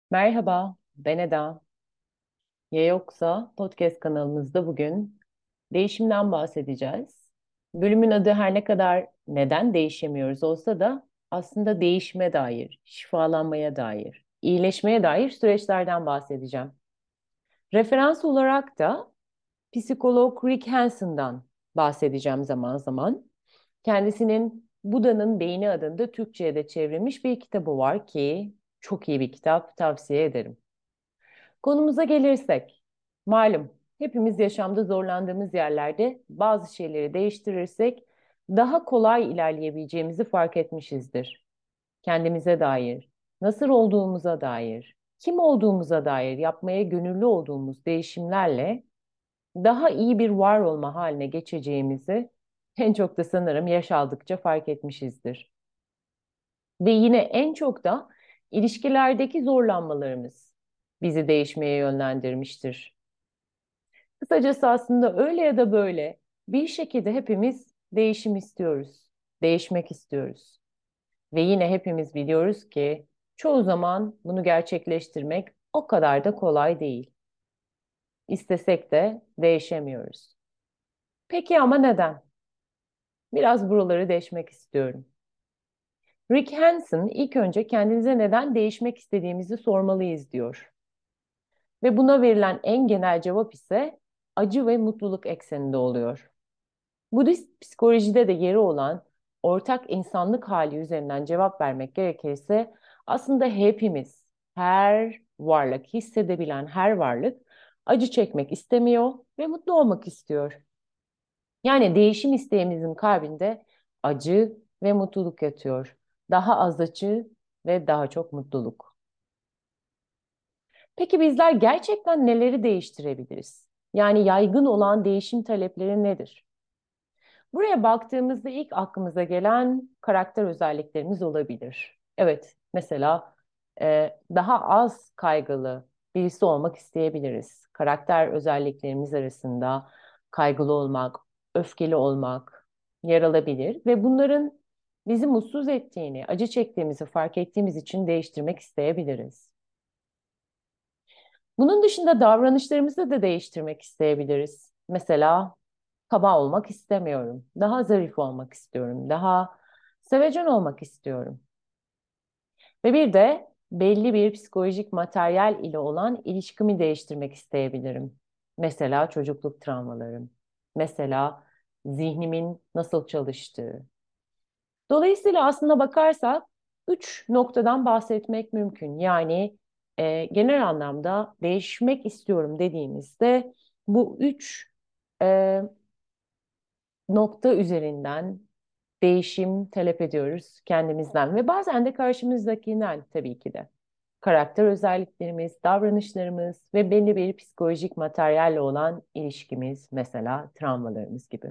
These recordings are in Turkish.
Merhaba, ben Eda. Ya Yoksa podcast kanalımızda bugün değişimden bahsedeceğiz. Bölümün adı her ne kadar neden değişemiyoruz olsa da aslında değişime dair, şifalanmaya dair, iyileşmeye dair süreçlerden bahsedeceğim. Referans olarak da psikolog Rick Hanson'dan bahsedeceğim zaman zaman. Kendisinin Buda'nın Beyni adında Türkçe'ye de çevrilmiş bir kitabı var ki çok iyi bir kitap, tavsiye ederim. Konumuza gelirsek, malum hepimiz yaşamda zorlandığımız yerlerde bazı şeyleri değiştirirsek daha kolay ilerleyebileceğimizi fark etmişizdir. Kendimize dair, nasıl olduğumuza dair, kim olduğumuza dair yapmaya gönüllü olduğumuz değişimlerle daha iyi bir var olma haline geçeceğimizi en çok da sanırım yaş aldıkça fark etmişizdir. Ve yine en çok da ilişkilerdeki zorlanmalarımız bizi değişmeye yönlendirmiştir. Kısacası aslında öyle ya da böyle bir şekilde hepimiz değişim istiyoruz. Değişmek istiyoruz. Ve yine hepimiz biliyoruz ki çoğu zaman bunu gerçekleştirmek o kadar da kolay değil. İstesek de değişemiyoruz. Peki ama neden? Biraz buraları deşmek istiyorum. Rick Hanson ilk önce kendinize neden değişmek istediğimizi sormalıyız diyor. Ve buna verilen en genel cevap ise acı ve mutluluk ekseninde oluyor. Budist psikolojide de yeri olan ortak insanlık hali üzerinden cevap vermek gerekirse aslında hepimiz, her varlık, hissedebilen her varlık acı çekmek istemiyor ve mutlu olmak istiyor. Yani değişim isteğimizin kalbinde acı ve mutluluk yatıyor. Daha az acı ve daha çok mutluluk. Peki bizler gerçekten neleri değiştirebiliriz? Yani yaygın olan değişim talepleri nedir? Buraya baktığımızda ilk aklımıza gelen karakter özelliklerimiz olabilir. Evet, mesela daha az kaygılı birisi olmak isteyebiliriz. Karakter özelliklerimiz arasında kaygılı olmak, öfkeli olmak yer alabilir ve bunların bizi mutsuz ettiğini, acı çektiğimizi fark ettiğimiz için değiştirmek isteyebiliriz. Bunun dışında davranışlarımızı da değiştirmek isteyebiliriz. Mesela kaba olmak istemiyorum. Daha zarif olmak istiyorum. Daha sevecen olmak istiyorum. Ve bir de belli bir psikolojik materyal ile olan ilişkimi değiştirmek isteyebilirim. Mesela çocukluk travmalarım. Mesela zihnimin nasıl çalıştığı. Dolayısıyla aslına bakarsak üç noktadan bahsetmek mümkün. Yani genel anlamda değişmek istiyorum dediğimizde bu üç e, nokta üzerinden değişim talep ediyoruz kendimizden ve bazen de karşımızdakinden tabii ki de. Karakter özelliklerimiz, davranışlarımız ve belli bir psikolojik materyalle olan ilişkimiz, mesela travmalarımız gibi.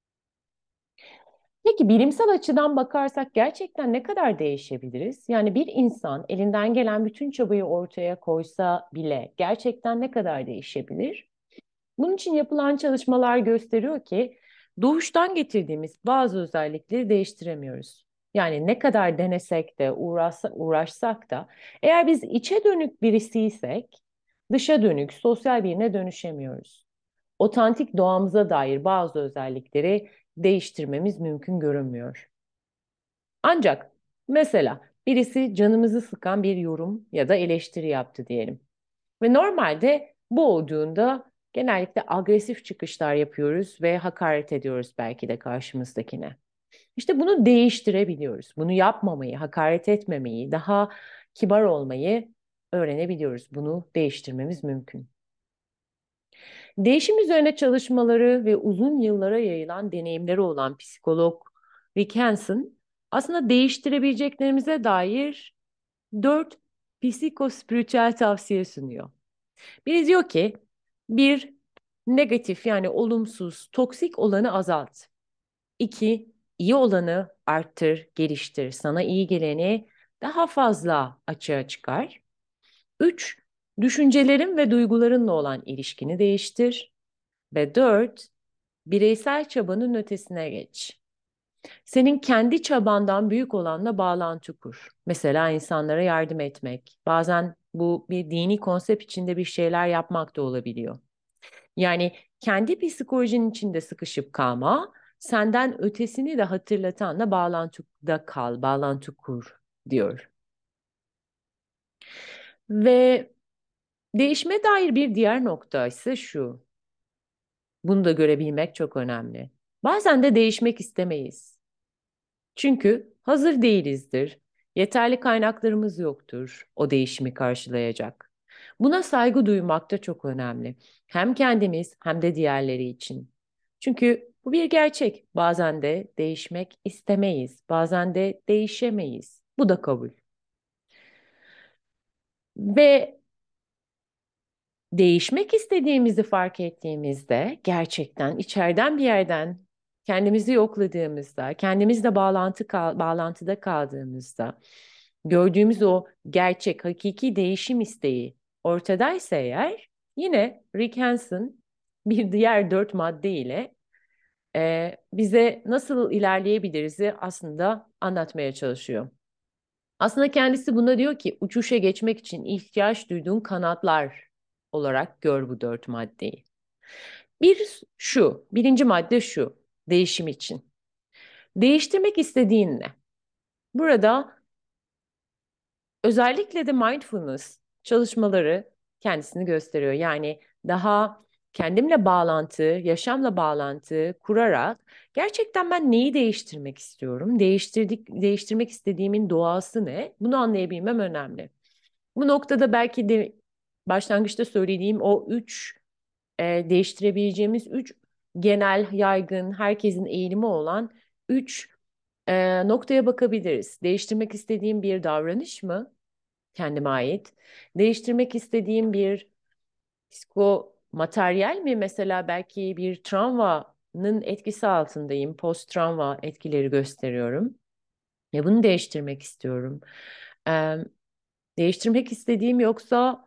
Peki bilimsel açıdan bakarsak gerçekten ne kadar değişebiliriz? Yani bir insan elinden gelen bütün çabayı ortaya koysa bile gerçekten ne kadar değişebilir? Bunun için yapılan çalışmalar gösteriyor ki doğuştan getirdiğimiz bazı özellikleri değiştiremiyoruz. Yani ne kadar denesek de uğraşsak da eğer biz içe dönük birisiysek dışa dönük sosyal birine dönüşemiyoruz. Otantik doğamıza dair bazı özellikleri değiştirmemiz mümkün görünmüyor. Ancak mesela birisi canımızı sıkan bir yorum ya da eleştiri yaptı diyelim. Ve normalde bu olduğunda genellikle agresif çıkışlar yapıyoruz ve hakaret ediyoruz belki de karşımızdakine. İşte bunu değiştirebiliyoruz. Bunu yapmamayı, hakaret etmemeyi, daha kibar olmayı öğrenebiliyoruz. Bunu değiştirmemiz mümkün. Değişim üzerine çalışmaları ve uzun yıllara yayılan deneyimleri olan psikolog Rick Hanson aslında değiştirebileceklerimize dair 4 psikospiritüel tavsiye sunuyor. Biri diyor ki bir negatif yani olumsuz, toksik olanı azalt. İki iyi olanı arttır, geliştir. Sana iyi geleni daha fazla açığa çıkar. Üç düşüncelerin ve duygularınla olan ilişkini değiştir. Ve dört bireysel çabanın ötesine geç. Senin kendi çabandan büyük olanla bağlantı kur. Mesela insanlara yardım etmek, bazen Bu bir dini konsept içinde bir şeyler yapmak da olabiliyor. Yani kendi psikolojinin içinde sıkışıp kalma, senden ötesini de hatırlatanla bağlantıda kal, bağlantı kur diyor. Ve değişime dair bir diğer nokta ise şu. Bunu da görebilmek çok önemli. Bazen de değişmek istemeyiz. Çünkü hazır değilizdir. Yeterli kaynaklarımız yoktur o değişimi karşılayacak. Buna saygı duymak da çok önemli. Hem kendimiz hem de diğerleri için. Çünkü bu bir gerçek. Bazen de değişmek istemeyiz. Bazen de değişemeyiz. Bu da kabul. Ve değişmek istediğimizi fark ettiğimizde gerçekten içeriden bir yerden kendimizi yokladığımızda, kendimizle bağlantıda kaldığımızda gördüğümüz o gerçek, hakiki değişim isteği ortadaysa eğer yine Rick Hansen bir diğer 4 madde ile bize nasıl ilerleyebiliriz'i aslında anlatmaya çalışıyor. Aslında kendisi buna diyor ki uçuşa geçmek için ihtiyaç duyduğun kanatlar olarak gör bu 4 maddeyi. Birinci madde şu, değişim için. Değiştirmek istediğin ne? Burada özellikle de mindfulness çalışmaları kendisini gösteriyor. Yani daha kendimle bağlantı, yaşamla bağlantı kurarak gerçekten ben neyi değiştirmek istiyorum? Değiştirmek istediğimin doğası ne? Bunu anlayabilmem önemli. Bu noktada belki de başlangıçta söylediğim o değiştirebileceğimiz üç genel, yaygın, herkesin eğilimi olan üç noktaya bakabiliriz. Değiştirmek istediğim bir davranış mı? Kendime ait. Değiştirmek istediğim bir psikomateryal mi? Mesela belki bir travmanın etkisi altındayım. Post travma etkileri gösteriyorum. Ve bunu değiştirmek istiyorum. Ee, Değiştirmek istediğim yoksa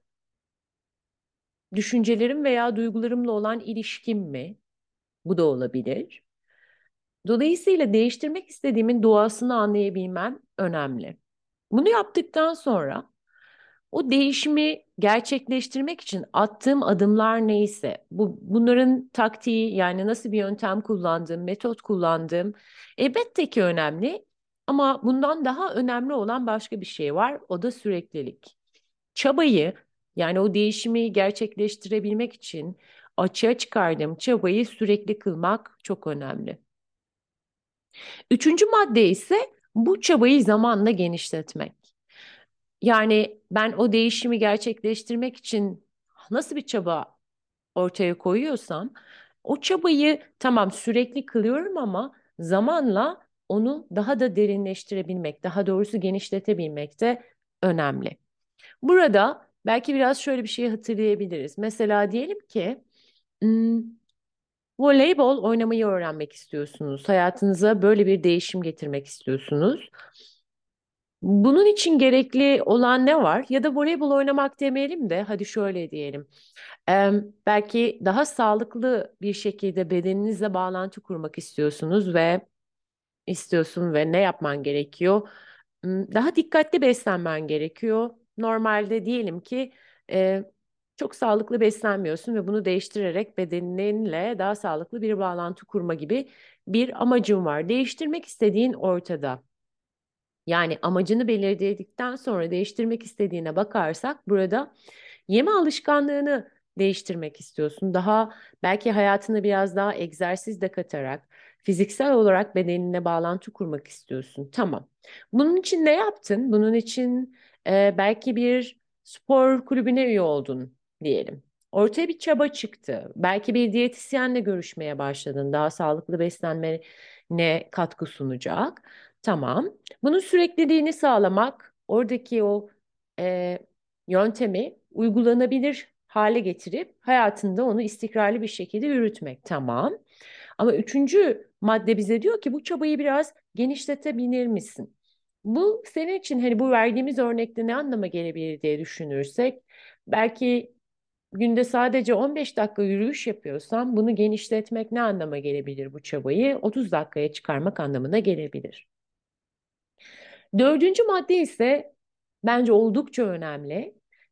düşüncelerim veya duygularımla olan ilişkim mi? Bu da olabilir. Dolayısıyla değiştirmek istediğimin doğasını anlayabilmem önemli. Bunu yaptıktan sonra o değişimi gerçekleştirmek için attığım adımlar neyse, bunların taktiği yani nasıl bir yöntem kullandığım, metot kullandığım elbette ki önemli. Ama bundan daha önemli olan başka bir şey var, o da süreklilik. Çabayı yani o değişimi gerçekleştirebilmek için açığa çıkardığım çabayı sürekli kılmak çok önemli. Üçüncü madde ise bu çabayı zamanla genişletmek. Yani ben o değişimi gerçekleştirmek için nasıl bir çaba ortaya koyuyorsam o çabayı tamam sürekli kılıyorum ama zamanla onu daha da derinleştirebilmek, daha doğrusu genişletebilmek de önemli. Burada belki biraz şöyle bir şey hatırlayabiliriz. Mesela diyelim ki hmm, voleybol oynamayı öğrenmek istiyorsunuz. Hayatınıza böyle bir değişim getirmek istiyorsunuz. Bunun için gerekli olan ne var? Ya da voleybol oynamak demeyelim de hadi şöyle diyelim. Belki daha sağlıklı bir şekilde bedeninizle bağlantı kurmak istiyorsun ve ne yapman gerekiyor? Daha dikkatli beslenmen gerekiyor. Normalde diyelim ki e, çok sağlıklı beslenmiyorsun ve bunu değiştirerek bedeninle daha sağlıklı bir bağlantı kurma gibi bir amacın var. Değiştirmek istediğin ortada. Yani amacını belirledikten sonra değiştirmek istediğine bakarsak burada yeme alışkanlığını değiştirmek istiyorsun. Daha belki hayatına biraz daha egzersiz de katarak fiziksel olarak bedenine bağlantı kurmak istiyorsun. Tamam. Bunun için ne yaptın? Bunun için belki bir spor kulübüne üye oldun diyelim. Ortaya bir çaba çıktı. Belki bir diyetisyenle görüşmeye başladın. Daha sağlıklı beslenmene katkı sunacak. Tamam. Bunun sürekliliğini sağlamak, oradaki o e, yöntemi uygulanabilir hale getirip hayatında onu istikrarlı bir şekilde yürütmek. Tamam. Ama üçüncü madde bize diyor ki bu çabayı biraz genişletebilir misin? Bu senin için hani bu verdiğimiz örnekte ne anlama gelebilir diye düşünürsek belki günde sadece 15 dakika yürüyüş yapıyorsam bunu genişletmek ne anlama gelebilir bu çabayı? 30 dakikaya çıkarmak anlamına gelebilir. Dördüncü madde ise bence oldukça önemli.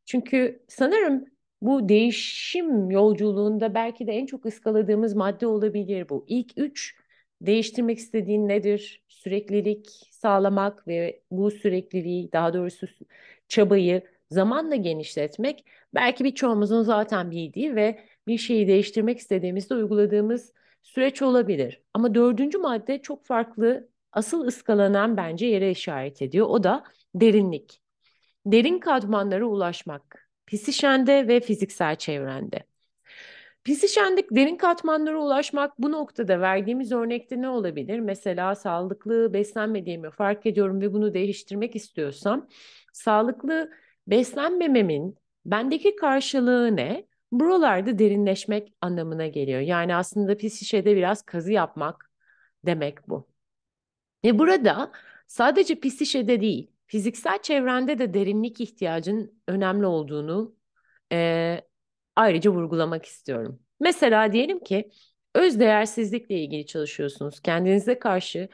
Çünkü sanırım bu değişim yolculuğunda belki de en çok ıskaladığımız madde olabilir bu. İlk üç, değiştirmek istediğin nedir? Süreklilik sağlamak ve bu sürekliliği, daha doğrusu çabayı zamanla genişletmek belki birçoğumuzun zaten bildiği ve bir şeyi değiştirmek istediğimizde uyguladığımız süreç olabilir. Ama dördüncü madde çok farklı, asıl ıskalanan bence yere işaret ediyor. O da derinlik. Derin katmanlara ulaşmak. Psişende ve fiziksel çevrende. Psişendik derin katmanlara ulaşmak bu noktada verdiğimiz örnekte ne olabilir? Mesela sağlıklı beslenmediğimi fark ediyorum ve bunu değiştirmek istiyorsam, sağlıklı beslenmememin bendeki karşılığı ne? Buralarda derinleşmek anlamına geliyor. Yani aslında pis şişede biraz kazı yapmak demek bu. Ve burada sadece psişede değil, fiziksel çevrende de derinlik ihtiyacının önemli olduğunu e, ayrıca vurgulamak istiyorum. Mesela diyelim ki öz değersizlikle ilgili çalışıyorsunuz. Kendinize karşı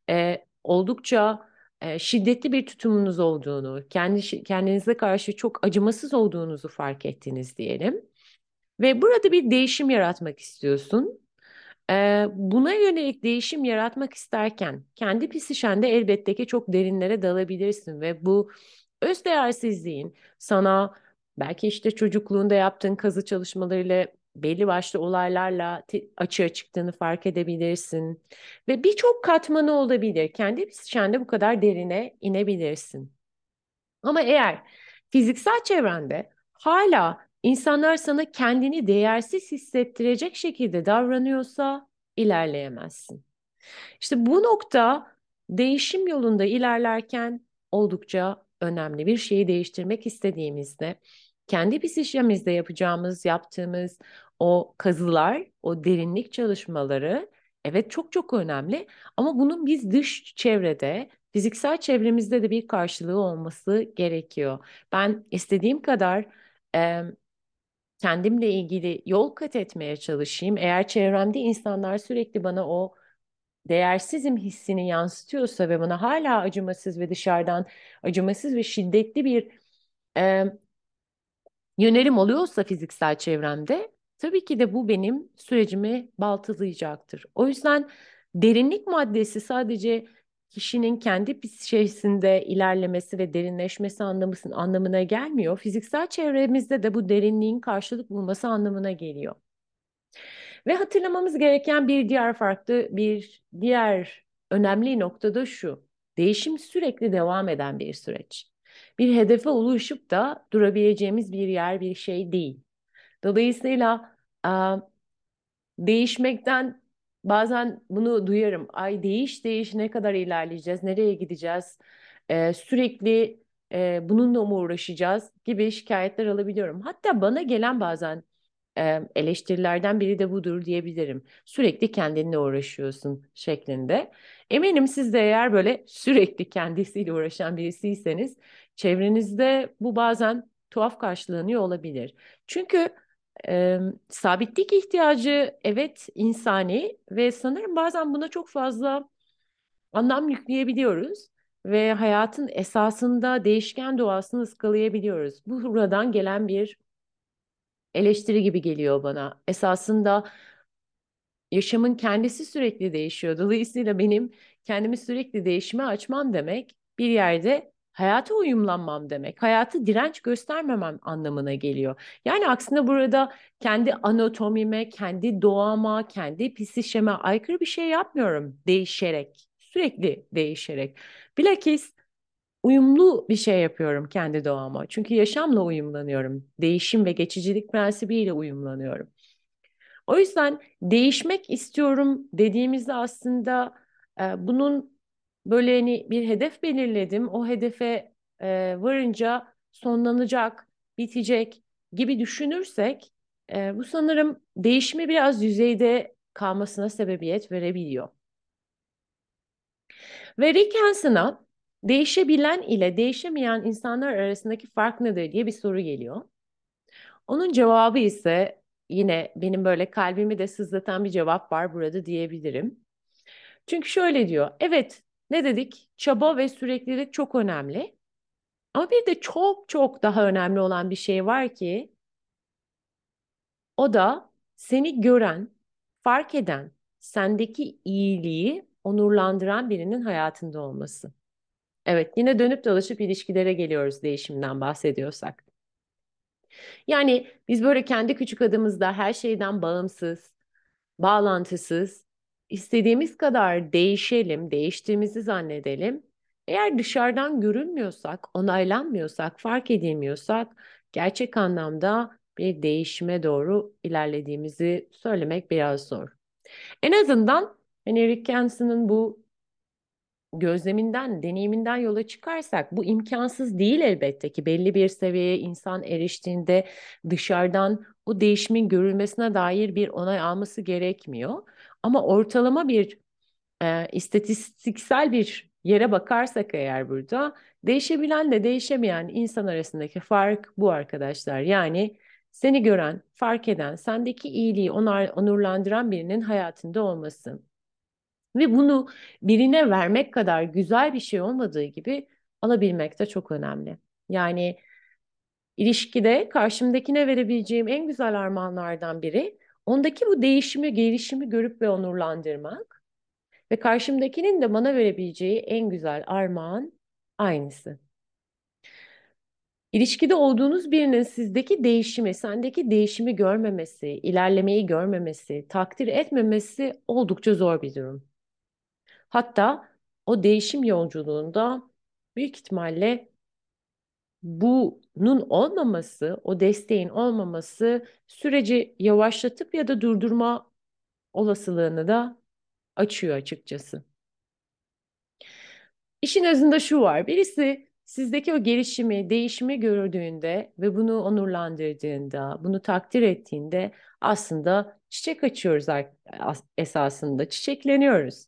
oldukça şiddetli bir tutumunuz olduğunu, kendinize karşı çok acımasız olduğunuzu fark ettiniz diyelim. Ve burada bir değişim yaratmak istiyorsun. Buna yönelik değişim yaratmak isterken kendi psişende elbette ki çok derinlere dalabilirsin ve bu özdeğersizliğin sana belki işte çocukluğunda yaptığın kazı çalışmalarıyla belli başlı olaylarla açığa çıktığını fark edebilirsin ve birçok katmanı olabilir. Kendi psişende bu kadar derine inebilirsin. Ama eğer fiziksel çevrende hala insanlar sana kendini değersiz hissettirecek şekilde davranıyorsa ilerleyemezsin. İşte bu nokta değişim yolunda ilerlerken oldukça önemli. Bir şeyi değiştirmek istediğimizde kendi psikolojimizde yaptığımız o kazılar, o derinlik çalışmaları evet çok çok önemli. Ama bunun biz dış çevrede, fiziksel çevremizde de bir karşılığı olması gerekiyor. Ben istediğim kadar e, kendimle ilgili yol kat etmeye çalışayım. Eğer çevremde insanlar sürekli bana o değersizim hissini yansıtıyorsa ve bana hala acımasız ve dışarıdan acımasız ve şiddetli bir e, yönelim oluyorsa fiziksel çevremde tabii ki de bu benim sürecimi baltalayacaktır. O yüzden derinlik maddesi sadece kişinin kendi psikolojisinde ilerlemesi ve derinleşmesi anlamına gelmiyor. Fiziksel çevremizde de bu derinliğin karşılık bulması anlamına geliyor. Ve hatırlamamız gereken bir diğer önemli nokta da şu. Değişim sürekli devam eden bir süreç. Bir hedefe ulaşıp da durabileceğimiz bir yer, bir şey değil. Dolayısıyla değişmekten bazen bunu duyarım. Ay değiş ne kadar ilerleyeceğiz, nereye gideceğiz? Sürekli bununla mı uğraşacağız gibi şikayetler alabiliyorum. Hatta bana gelen bazen eleştirilerden biri de budur diyebilirim. Sürekli kendinle uğraşıyorsun şeklinde. Eminim siz de eğer böyle sürekli kendisiyle uğraşan birisiyseniz çevrenizde bu bazen tuhaf karşılanıyor olabilir. Çünkü sabitlik ihtiyacı evet insani ve sanırım bazen buna çok fazla anlam yükleyebiliyoruz ve hayatın esasında değişken doğasını ıskalayabiliyoruz. Bu buradan gelen bir eleştiri gibi geliyor bana. Esasında yaşamın kendisi sürekli değişiyor. Dolayısıyla benim kendimi sürekli değişime açmam demek bir yerde hayata uyumlanmam demek. Hayatı direnç göstermemem anlamına geliyor. Yani aslında burada kendi anatomime, kendi doğama, kendi psişeme aykırı bir şey yapmıyorum değişerek. Sürekli değişerek. Bilakis uyumlu bir şey yapıyorum kendi doğama. Çünkü yaşamla uyumlanıyorum. Değişim ve geçicilik prensibiyle uyumlanıyorum. O yüzden değişmek istiyorum dediğimizde aslında bunun böyle hani bir hedef belirledim. O hedefe varınca sonlanacak, bitecek gibi düşünürsek bu sanırım değişimi biraz yüzeyde kalmasına sebebiyet verebiliyor. Ve Rick Hansen'a değişebilen ile değişemeyen insanlar arasındaki fark nedir diye bir soru geliyor. Onun cevabı ise yine benim böyle kalbimi de sızlatan bir cevap var burada diyebilirim. Çünkü şöyle diyor. Evet, ne dedik? Çaba ve süreklilik çok önemli. Ama bir de çok çok daha önemli olan bir şey var ki o da seni gören, fark eden, sendeki iyiliği onurlandıran birinin hayatında olması. Evet, yine dönüp dolaşıp ilişkilere geliyoruz değişimden bahsediyorsak. Yani biz böyle kendi küçük adımızda her şeyden bağımsız, bağlantısız, istediğimiz kadar değişelim, değiştiğimizi zannedelim. Eğer dışarıdan görünmüyorsak, onaylanmıyorsak, fark edilmiyorsak, gerçek anlamda bir değişime doğru ilerlediğimizi söylemek biraz zor. En azından hani Rick Hansen'ın bu gözleminden, deneyiminden yola çıkarsak bu imkansız değil elbette ki belli bir seviyeye insan eriştiğinde dışarıdan o değişimin görülmesine dair bir onay alması gerekmiyor. Ama ortalama bir istatistiksel bir yere bakarsak eğer burada değişebilenle değişemeyen insan arasındaki fark bu arkadaşlar. Yani seni gören, fark eden, sendeki iyiliği onurlandıran birinin hayatında olması. Ve bunu birine vermek kadar güzel bir şey olmadığı gibi alabilmek de çok önemli. Yani ilişkide karşımdakine verebileceğim en güzel armağanlardan biri ondaki bu değişimi, gelişimi görüp ve onurlandırmak ve karşımdakinin de bana verebileceği en güzel armağan aynısı. İlişkide olduğunuz birinin sizdeki değişimi, sendeki değişimi görmemesi, ilerlemeyi görmemesi, takdir etmemesi oldukça zor bir durum. Hatta o değişim yolculuğunda büyük ihtimalle bunun olmaması, o desteğin olmaması süreci yavaşlatıp ya da durdurma olasılığını da açıyor açıkçası. İşin özünde şu var. Birisi sizdeki o gelişimi, değişimi gördüğünde ve bunu onurlandırdığında, bunu takdir ettiğinde aslında çiçek açıyoruz esasında, çiçekleniyoruz.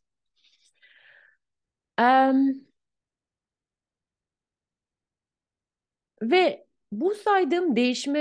Em, Ve bu saydığım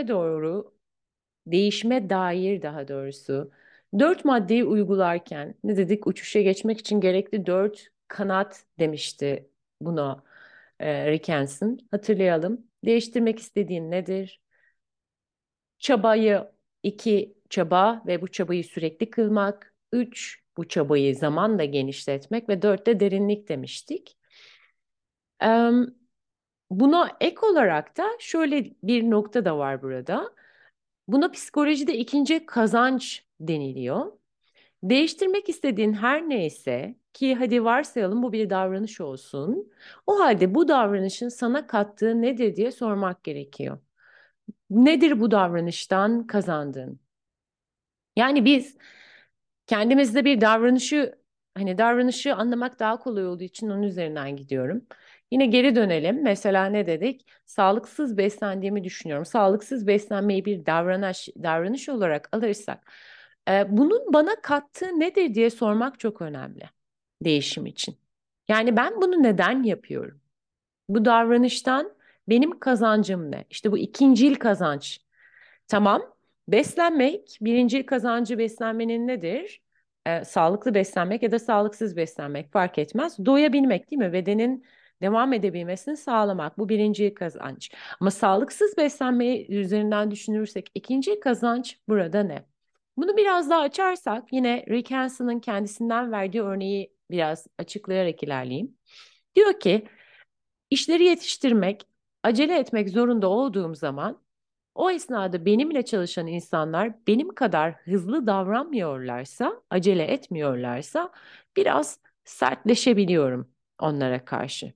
değişime dair daha doğrusu dört maddeyi uygularken ne dedik? Uçuşa geçmek için gerekli dört kanat demişti buna Rick Hansen. Hatırlayalım. Değiştirmek istediğin nedir? Çabayı iki çaba ve bu çabayı sürekli kılmak. Üç bu çabayı zamanla genişletmek ve dört de derinlik demiştik. Em, Buna ek olarak da şöyle bir nokta da var burada. Buna psikolojide ikinci kazanç deniliyor. Değiştirmek istediğin her neyse ki hadi varsayalım bu bir davranış olsun. O halde bu davranışın sana kattığı nedir diye sormak gerekiyor. Nedir bu davranıştan kazandığın? Yani biz kendimizde bir davranışı hani davranışı anlamak daha kolay olduğu için onun üzerinden gidiyorum. Yine geri dönelim. Mesela ne dedik? Sağlıksız beslendiğimi düşünüyorum. Sağlıksız beslenmeyi bir davranış olarak alırsak, bunun bana kattığı nedir diye sormak çok önemli değişim için. Yani ben bunu neden yapıyorum? Bu davranıştan benim kazancım ne? İşte bu ikincil kazanç. Tamam. Beslenmek, birincil kazancı beslenmenin nedir? Sağlıklı beslenmek ya da sağlıksız beslenmek fark etmez. Doyabilmek değil mi? Bedenin devam edebilmesini sağlamak. Bu birinci kazanç. Ama sağlıksız beslenmeyi üzerinden düşünürsek ikinci kazanç burada ne? Bunu biraz daha açarsak yine Rick Hansen'ın kendisinden verdiği örneği biraz açıklayarak ilerleyeyim. Diyor ki işleri yetiştirmek, acele etmek zorunda olduğum zaman o esnada benimle çalışan insanlar benim kadar hızlı davranmıyorlarsa, acele etmiyorlarsa biraz sertleşebiliyorum onlara karşı.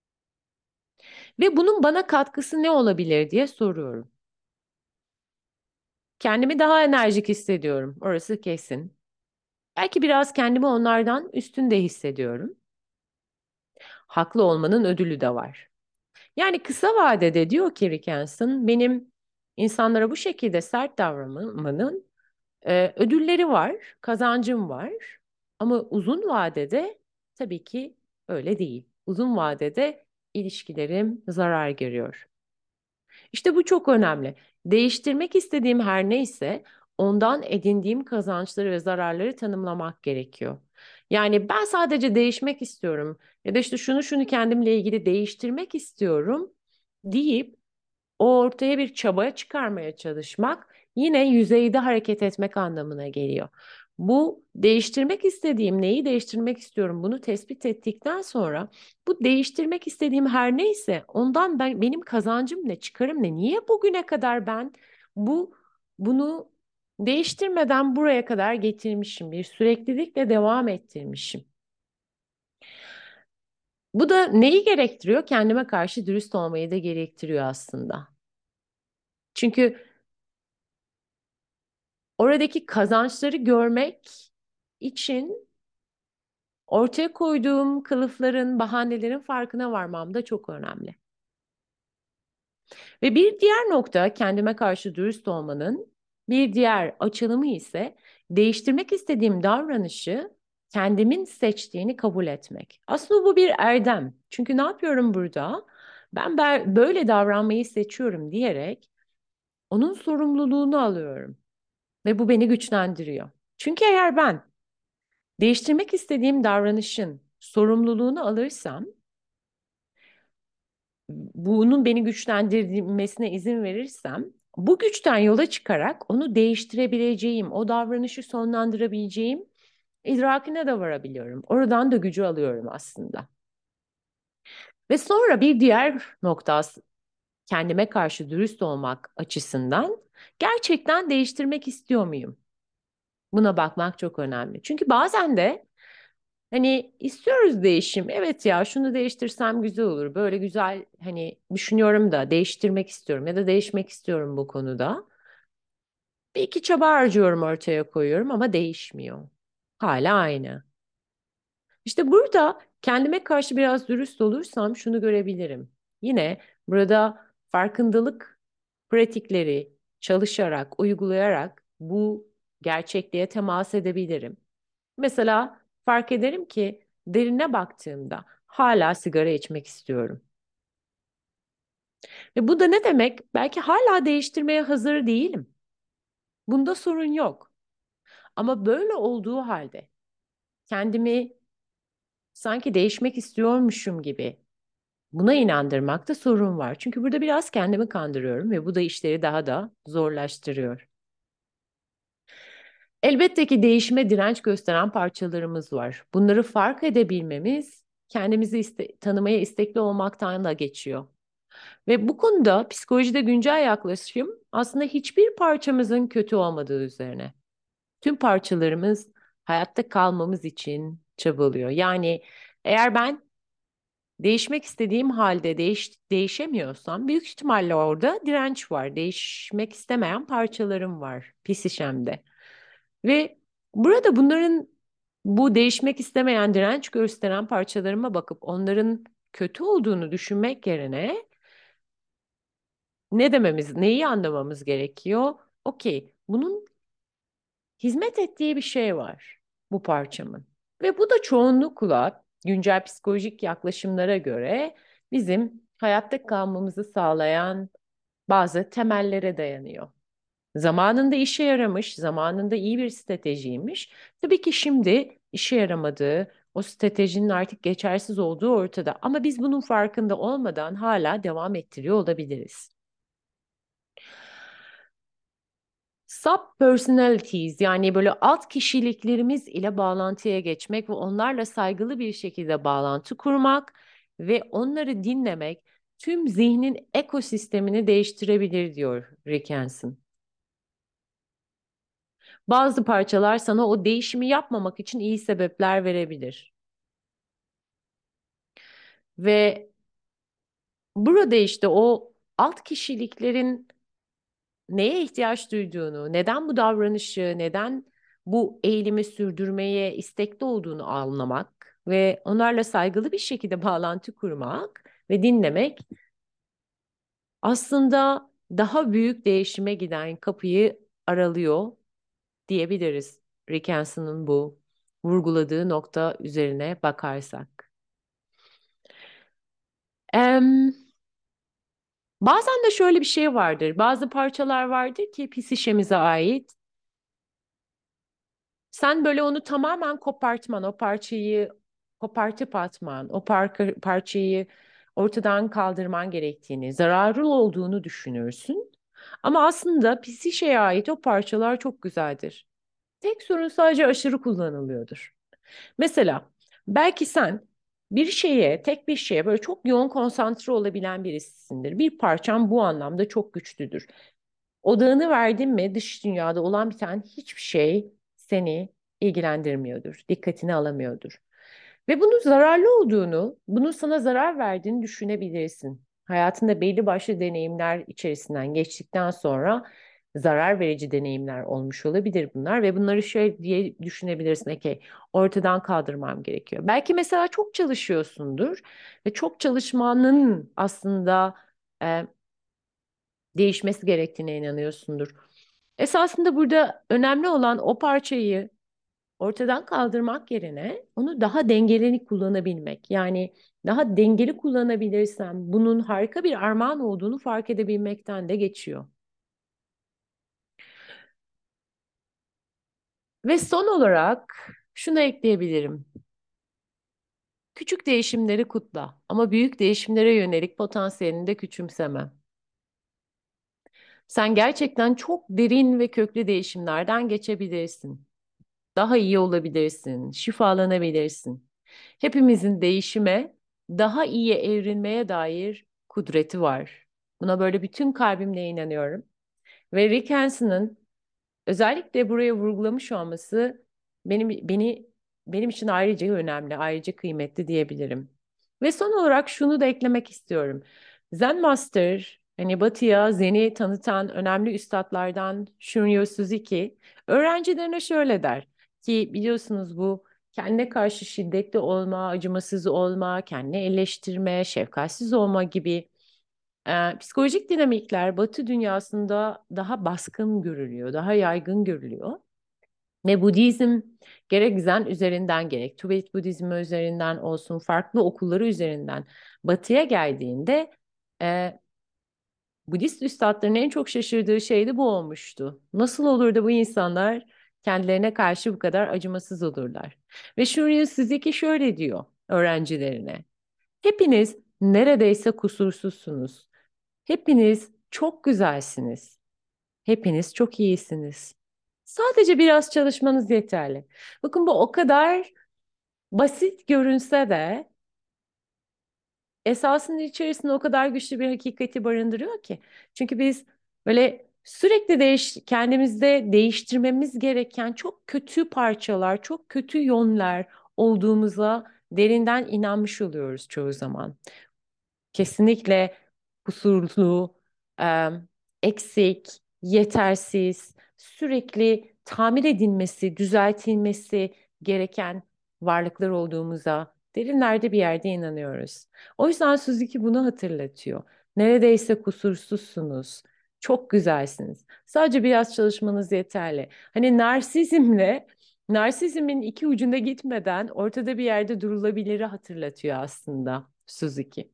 Ve bunun bana katkısı ne olabilir diye soruyorum. Kendimi daha enerjik hissediyorum, orası kesin. Belki biraz kendimi onlardan üstün de hissediyorum. Haklı olmanın ödülü de var. Yani kısa vadede diyor ki Rick Hansen, benim insanlara bu şekilde sert davranmanın ödülleri var, kazancım var. Ama uzun vadede tabii ki öyle değil. Uzun vadede ilişkilerim zarar görüyor. İşte bu çok önemli. Değiştirmek istediğim her neyse ondan edindiğim kazançları ve zararları tanımlamak gerekiyor. Yani ben sadece değişmek istiyorum ya da işte şunu kendimle ilgili değiştirmek istiyorum. deyip o ortaya bir çaba çıkarmaya çalışmak yine yüzeyde hareket etmek anlamına geliyor. Bu değiştirmek istediğim neyi değiştirmek istiyorum bunu tespit ettikten sonra bu değiştirmek istediğim her neyse ondan benim kazancım ne, çıkarım ne? Niye bugüne kadar ben bu bunu değiştirmeden buraya kadar getirmişim, bir süreklilikle devam ettirmişim. Bu da neyi gerektiriyor? Kendime karşı dürüst olmayı da gerektiriyor aslında. Çünkü oradaki kazançları görmek için ortaya koyduğum kılıfların, bahanelerin farkına varmam da çok önemli. Ve bir diğer nokta kendime karşı dürüst olmanın bir diğer açılımı ise değiştirmek istediğim davranışı kendimin seçtiğini kabul etmek. Aslında bu bir erdem. Çünkü ne yapıyorum burada? Ben böyle davranmayı seçiyorum diyerek onun sorumluluğunu alıyorum ve bu beni güçlendiriyor. Çünkü eğer ben değiştirmek istediğim davranışın sorumluluğunu alırsam, bunun beni güçlendirmesine izin verirsem, bu güçten yola çıkarak onu değiştirebileceğim, o davranışı sonlandırabileceğim idrakine de varabiliyorum. Oradan da gücü alıyorum aslında. Ve sonra bir diğer nokta kendime karşı dürüst olmak açısından gerçekten değiştirmek istiyor muyum? Buna bakmak çok önemli. Çünkü bazen de hani istiyoruz değişim. Evet ya şunu değiştirsem güzel olur. Böyle güzel hani düşünüyorum da değiştirmek istiyorum ya da değişmek istiyorum bu konuda. Bir iki çaba harcıyorum ortaya koyuyorum ama değişmiyor. Hala aynı. İşte burada kendime karşı biraz dürüst olursam şunu görebilirim. Yine burada farkındalık pratikleri çalışarak, uygulayarak bu gerçekliğe temas edebilirim. Mesela fark ederim ki derine baktığımda hala sigara içmek istiyorum. Ve bu da ne demek? Belki hala değiştirmeye hazır değilim. Bunda sorun yok. Ama böyle olduğu halde kendimi sanki değişmek istiyormuşum gibi buna inandırmakta sorun var. Çünkü burada biraz kendimi kandırıyorum ve bu da işleri daha da zorlaştırıyor. Elbette ki değişime direnç gösteren parçalarımız var. Bunları fark edebilmemiz kendimizi tanımaya istekli olmaktan da geçiyor. Ve bu konuda psikolojide güncel yaklaşım aslında hiçbir parçamızın kötü olmadığı üzerine. Tüm parçalarımız hayatta kalmamız için çabalıyor. Yani eğer ben değişmek istediğim halde değişemiyorsam büyük ihtimalle orada direnç var. Değişmek istemeyen parçalarım var psişemde. Ve burada bunların bu değişmek istemeyen direnç gösteren parçalarıma bakıp onların kötü olduğunu düşünmek yerine ne dememiz, neyi anlamamız gerekiyor? Okey, bunun hizmet ettiği bir şey var bu parçamın. Ve bu da çoğunlukla güncel psikolojik yaklaşımlara göre bizim hayatta kalmamızı sağlayan bazı temellere dayanıyor. Zamanında işe yaramış, zamanında iyi bir stratejiymiş. Tabii ki şimdi işe yaramadığı, o stratejinin artık geçersiz olduğu ortada. Ama biz bunun farkında olmadan hala devam ettiriyor olabiliriz. Subpersonalities yani böyle alt kişiliklerimiz ile bağlantıya geçmek ve onlarla saygılı bir şekilde bağlantı kurmak ve onları dinlemek tüm zihnin ekosistemini değiştirebilir diyor Rick Hanson. Bazı parçalar sana o değişimi yapmamak için iyi sebepler verebilir. Ve burada işte o alt kişiliklerin neye ihtiyaç duyduğunu, neden bu davranışı, neden bu eğilimi sürdürmeye istekli olduğunu anlamak ve onlarla saygılı bir şekilde bağlantı kurmak ve dinlemek aslında daha büyük değişime giden kapıyı aralıyor diyebiliriz. Rick Hanson'ın bu vurguladığı nokta üzerine bakarsak. Em, Bazen de şöyle bir şey vardır. Bazı parçalar vardır ki psişemize ait. Sen böyle onu tamamen kopartman, o parçayı kopartıp atman, o parçayı ortadan kaldırman gerektiğini, zararlı olduğunu düşünürsün. Ama aslında psişeye ait o parçalar çok güzeldir. Tek sorun sadece aşırı kullanılıyordur. Mesela belki sen bir şeye, tek bir şeye böyle çok yoğun konsantre olabilen birisisindir. Bir parçan bu anlamda çok güçlüdür. Odağını verdin mi dış dünyada olan biten hiçbir şey seni ilgilendirmiyordur, dikkatini alamıyordur. Ve bunun zararlı olduğunu, bunun sana zarar verdiğini düşünebilirsin. Hayatında belli başlı deneyimler içerisinden geçtikten sonra zarar verici deneyimler olmuş olabilir bunlar ve bunları şöyle diye düşünebilirsin. Okey, ortadan kaldırmam gerekiyor. Belki mesela çok çalışıyorsundur ve çok çalışmanın aslında e, değişmesi gerektiğine inanıyorsundur. Esasında burada önemli olan o parçayı ortadan kaldırmak yerine onu daha dengeli kullanabilmek. Yani daha dengeli kullanabilirsem bunun harika bir armağan olduğunu fark edebilmekten de geçiyor. Ve son olarak şunu ekleyebilirim. Küçük değişimleri kutla ama büyük değişimlere yönelik potansiyelini de küçümseme. Sen gerçekten çok derin ve köklü değişimlerden geçebilirsin. Daha iyi olabilirsin, şifalanabilirsin. Hepimizin değişime, daha iyiye evrilmeye dair kudreti var. Buna böyle bütün kalbimle inanıyorum. Ve Rick Hanson'ın özellikle buraya vurgulamış olması benim için ayrıca önemli, ayrıca kıymetli diyebilirim. Ve son olarak şunu da eklemek istiyorum. Zen Master, hani Batı'ya Zen'i tanıtan önemli üstadlardan Shunryu Suzuki, öğrencilerine şöyle der ki biliyorsunuz bu kendine karşı şiddetli olma, acımasız olma, kendini eleştirme, şefkatsiz olma gibi psikolojik dinamikler Batı dünyasında daha baskın görülüyor, daha yaygın görülüyor. Ve Budizm gerek Zen üzerinden gerek Tibet Budizmi üzerinden olsun farklı okulları üzerinden Batı'ya geldiğinde e, Budist üstadların en çok şaşırdığı şey de bu olmuştu. Nasıl olur da bu insanlar kendilerine karşı bu kadar acımasız olurlar? Ve Shunryu Suzuki şöyle diyor öğrencilerine. Hepiniz neredeyse kusursuzsunuz. Hepiniz çok güzelsiniz. Hepiniz çok iyisiniz. Sadece biraz çalışmanız yeterli. Bakın bu o kadar basit görünse de esasının içerisinde o kadar güçlü bir hakikati barındırıyor ki. Çünkü biz böyle sürekli kendimizde değiştirmemiz gereken çok kötü parçalar, çok kötü yönler olduğumuza derinden inanmış oluyoruz çoğu zaman. Kesinlikle kusurlu, eksik, yetersiz, sürekli tamir edilmesi, düzeltilmesi gereken varlıklar olduğumuza derinlerde bir yerde inanıyoruz. O yüzden Suzuki bunu hatırlatıyor. Neredeyse kusursuzsunuz. Çok güzelsiniz. Sadece biraz çalışmanız yeterli. Hani narsizmin iki ucunda gitmeden ortada bir yerde durulabiliri hatırlatıyor aslında Suzuki.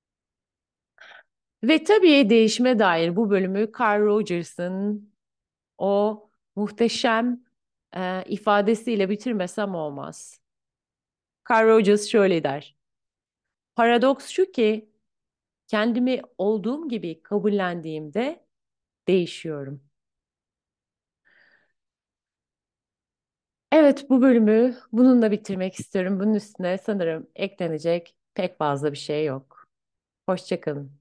Ve tabii değişime dair bu bölümü Carl Rogers'ın o muhteşem ifadesiyle bitirmesem olmaz. Carl Rogers şöyle der. Paradoks şu ki kendimi olduğum gibi kabullendiğimde değişiyorum. Evet, bu bölümü bununla bitirmek istiyorum. Bunun üstüne sanırım eklenecek pek fazla bir şey yok. Hoşça kalın.